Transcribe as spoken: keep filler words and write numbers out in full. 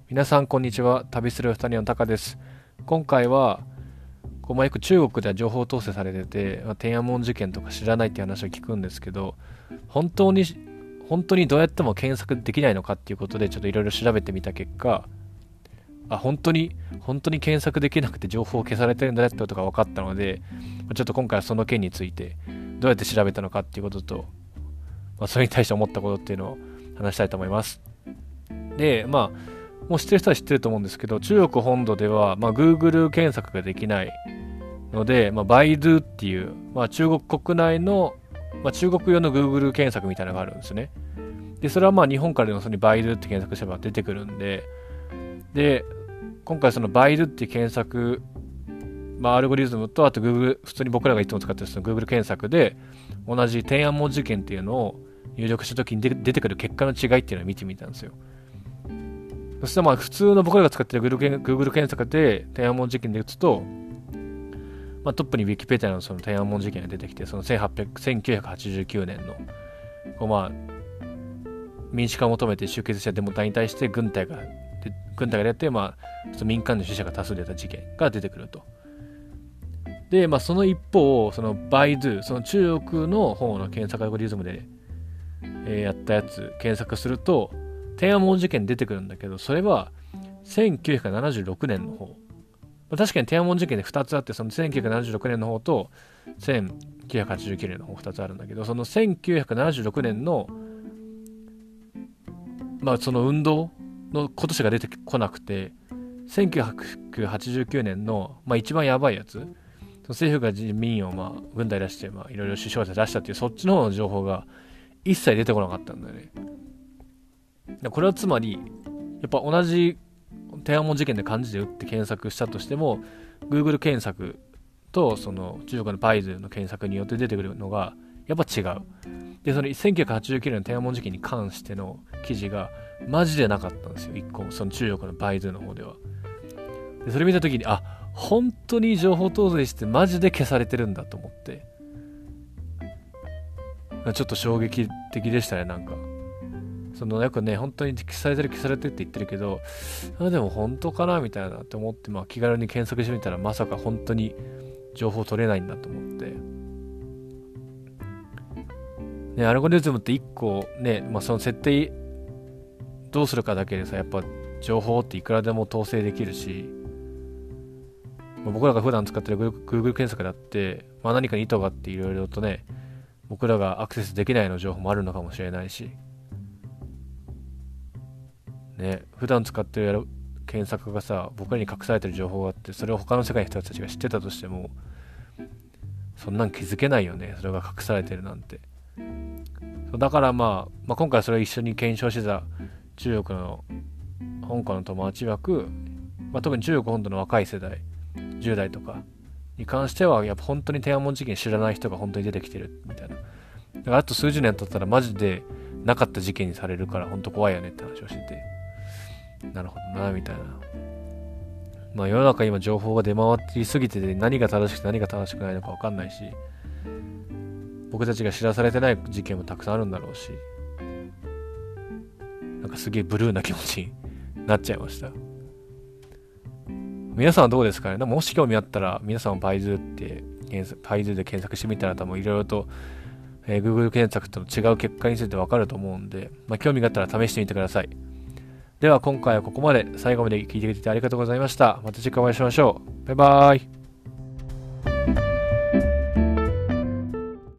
皆さんこんにちは。旅する二人のタカです。今回はこう、まあ、よく中国では情報統制されてて、まあ、天安門事件とか知らないっていう話を聞くんですけど、本当に本当にどうやっても検索できないのかっていうことでちょっといろいろ調べてみた結果、あ本当に本当に検索できなくて情報を消されてるんだってことが分かったので、ちょっと今回はその件についてどうやって調べたのかっていうことと、まあ、それに対して思ったことっていうのを話したいと思います。で、まあもう知ってる人は知ってると思うんですけど、中国本土では、まあ、Google 検索ができないので、まあ、バイドゥっていう、まあ、中国国内の、まあ、中国用の Google 検索みたいなのがあるんですね。で、それはまあ日本からでもそのバイドゥって検索すれば出てくるんで、で、今回そのバイドゥっていう検索、まあ、アルゴリズムと、あと Google、普通に僕らがいつも使ってるその Google 検索で、同じ天安門事件っていうのを入力した時に出てくる結果の違いっていうのを見てみたんですよ。そしたらまあ普通の僕らが使っている Google, Google 検索で天安門事件で打つと、まあ、トップに Wikipedia のその天安門事件が出てきて、そのせんはっぴゃく、せんきゅうひゃくはちじゅうきゅうねんのこうまあ民主化を求めて集結したデモ隊に対して軍隊が軍隊がやって、まあ、その民間の死者が多数出た事件が出てくると。で、まあ、その一方、そのバイドゥ、その中国の方の検索アルゴリズムで、えー、やったやつ検索すると天安門事件出てくるんだけど、それはせんきゅうひゃくななじゅうろくねんの方。まあ、確かに天安門事件でふたつあって、そのせんきゅうひゃくななじゅうろくねんの方とせんきゅうひゃくはちじゅうきゅうねんの方ふたつあるんだけど、そのせんきゅうひゃくななじゅうろくねんの、まあその運動のことしか出てこなくて、せんきゅうひゃくはちじゅうきゅうねんの、まあ、一番やばいやつ、その政府が人民をまあ軍隊出して、まあいろいろ死傷者出したっていうそっちの方の情報が一切出てこなかったんだよね。これはつまり、やっぱ同じ天安門事件で漢字で打って検索したとしても、Google 検索とその中国のバイドゥの検索によって出てくるのがやっぱ違う。で、そのせんきゅうひゃくはちじゅうきゅうねんの天安門事件に関しての記事がマジでなかったんですよ。一個もその中国のバイドゥの方では。で、それ見たときに、あ、本当に情報統制してマジで消されてるんだと思って、ちょっと衝撃的でしたね。なんかそのよくね、本当に消されてる消されてるって言ってるけど、あでも本当かなみたいなって思って、まあ、気軽に検索してみたら、まさか本当に情報取れないんだと思って、ね、アルゴリズムっていっこね、まあ、その設定どうするかだけでさ、やっぱ情報っていくらでも統制できるし、まあ、僕らが普段使ってる Google 検索だって、まあ、何かに意図があっていろいろとね、僕らがアクセスできないような情報もあるのかもしれないし、ね、普段使ってる検索がさ、僕らに隠されてる情報があって、それを他の世界の人たちが知ってたとしても、そんなん気づけないよね、それが隠されてるなんて。だからまあ、まあ、今回それを一緒に検証してた中国の香港の友達曰く、まあ、特に中国本土の若い世代、じゅう代とかに関しては、やっぱ本当に天安門事件知らない人が本当に出てきてるみたいな。だからあと数十年経ったらマジでなかった事件にされるから本当怖いよねって話をしてて、なるほどなみたいな。まあ世の中今情報が出回っていすぎてて、何が正しくて何が正しくないのか分かんないし、僕たちが知らされてない事件もたくさんあるんだろうし、なんかすげえブルーな気持ちになっちゃいました。皆さんはどうですかね。もし興味あったら皆さんもバイドゥってバイドゥで検索してみたら多分いろいろと、えー、Google 検索との違う結果について分かると思うんで、まあ、興味があったら試してみてください。では今回はここまで。最後まで聞いてくれてありがとうございました。また次回お会いしましょう。バイバーイ。